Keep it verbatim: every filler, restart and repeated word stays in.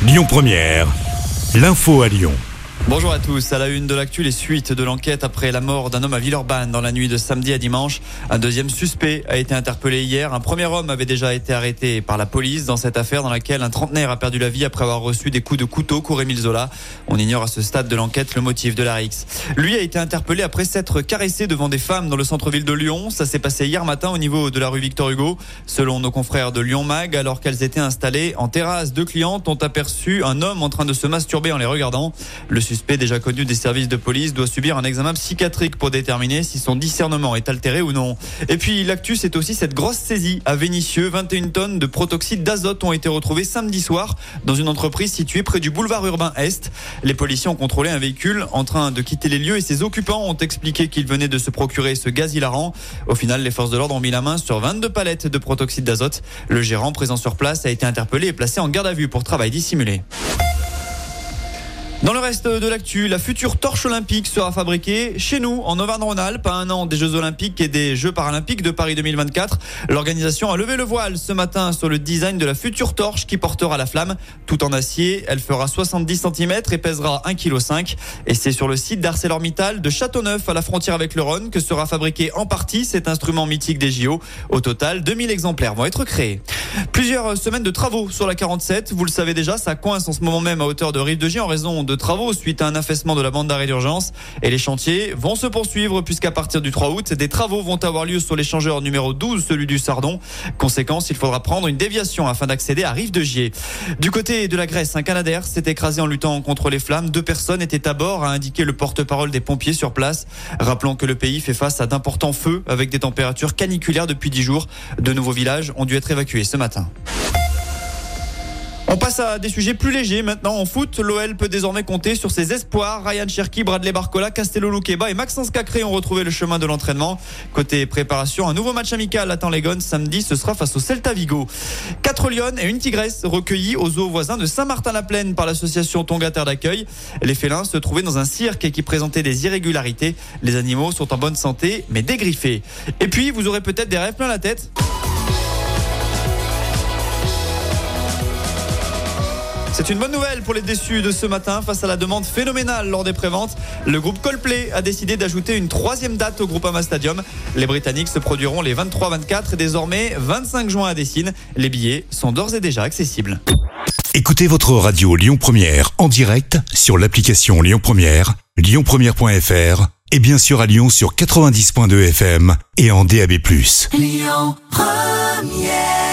Lyon Première, l'info à Lyon. Bonjour à tous. À la une de l'actu, les suites de l'enquête après la mort d'un homme à Villeurbanne dans la nuit de samedi à dimanche. Un deuxième suspect a été interpellé hier. Un premier homme avait déjà été arrêté par la police dans cette affaire dans laquelle un trentenaire a perdu la vie après avoir reçu des coups de couteau cours Émile Zola. On ignore à ce stade de l'enquête le motif de la rixe. Lui a été interpellé après s'être caressé devant des femmes dans le centre-ville de Lyon. Ça s'est passé hier matin au niveau de la rue Victor Hugo. Selon nos confrères de Lyon Mag, alors qu'elles étaient installées en terrasse, deux clientes ont aperçu un homme en train de se masturber en les regardant. Le suspect, déjà connu des services de police, doit subir un examen psychiatrique pour déterminer si son discernement est altéré ou non. Et puis l'actu, c'est aussi cette grosse saisie à Vénissieux. vingt et une tonnes de protoxyde d'azote ont été retrouvées samedi soir dans une entreprise située près du boulevard urbain Est. Les policiers ont contrôlé un véhicule en train de quitter les lieux et ses occupants ont expliqué qu'ils venaient de se procurer ce gaz hilarant. Au final, les forces de l'ordre ont mis la main sur vingt-deux palettes de protoxyde d'azote. Le gérant présent sur place a été interpellé et placé en garde à vue pour travail dissimulé. Dans le reste de l'actu, la future torche olympique sera fabriquée chez nous, en Auvergne-Rhône-Alpes, à un an des Jeux Olympiques et des Jeux Paralympiques de Paris deux mille vingt-quatre. L'organisation a levé le voile ce matin sur le design de la future torche qui portera la flamme. Tout en acier, elle fera soixante-dix centimètres et pèsera un virgule cinq kilos. Et c'est sur le site d'ArcelorMittal de Châteauneuf, à la frontière avec le Rhône, que sera fabriqué en partie cet instrument mythique des J O. Au total, deux mille exemplaires vont être créés. Plusieurs semaines de travaux sur la quarante-sept. Vous le savez déjà, ça coince en ce moment même à hauteur de Rive de Gier en raison de de travaux suite à un affaissement de la bande d'arrêt d'urgence. Et les chantiers vont se poursuivre puisqu'à partir du trois août, des travaux vont avoir lieu sur l'échangeur numéro douze, celui du Sardon. Conséquence, il faudra prendre une déviation afin d'accéder à Rive de Gier. Du côté de la Grèce, un Canadair s'est écrasé en luttant contre les flammes. Deux personnes étaient à bord, a indiqué le porte-parole des pompiers sur place. Rappelons que le pays fait face à d'importants feux avec des températures caniculaires depuis dix jours. De nouveaux villages ont dû être évacués ce matin. On passe à des sujets plus légers maintenant. En foot, l'O L peut désormais compter sur ses espoirs. Ryan Cherki, Bradley Barcola, Castello Luqueba et Maxence Cacré ont retrouvé le chemin de l'entraînement. Côté préparation, un nouveau match amical attend les Gones samedi. Ce sera face au Celta Vigo. Quatre lionnes et une tigresse recueillies au zoo voisin de Saint-Martin-la-Plaine par l'association Tonga Terre d'accueil. Les félins se trouvaient dans un cirque qui présentait des irrégularités. Les animaux sont en bonne santé mais dégriffés. Et puis, vous aurez peut-être des rêves plein la tête. C'est une bonne nouvelle pour les déçus de ce matin face à la demande phénoménale lors des préventes. Le groupe Coldplay a décidé d'ajouter une troisième date au Groupama Stadium. Les Britanniques se produiront les vingt-trois, vingt-quatre et désormais vingt-cinq juin à Dessines. Les billets sont d'ores et déjà accessibles. Écoutez votre radio Lyon Première en direct sur l'application Lyon Première, lyon première point f r et bien sûr à Lyon sur quatre-vingt-dix virgule deux F M et en D A B plus. Lyon Première.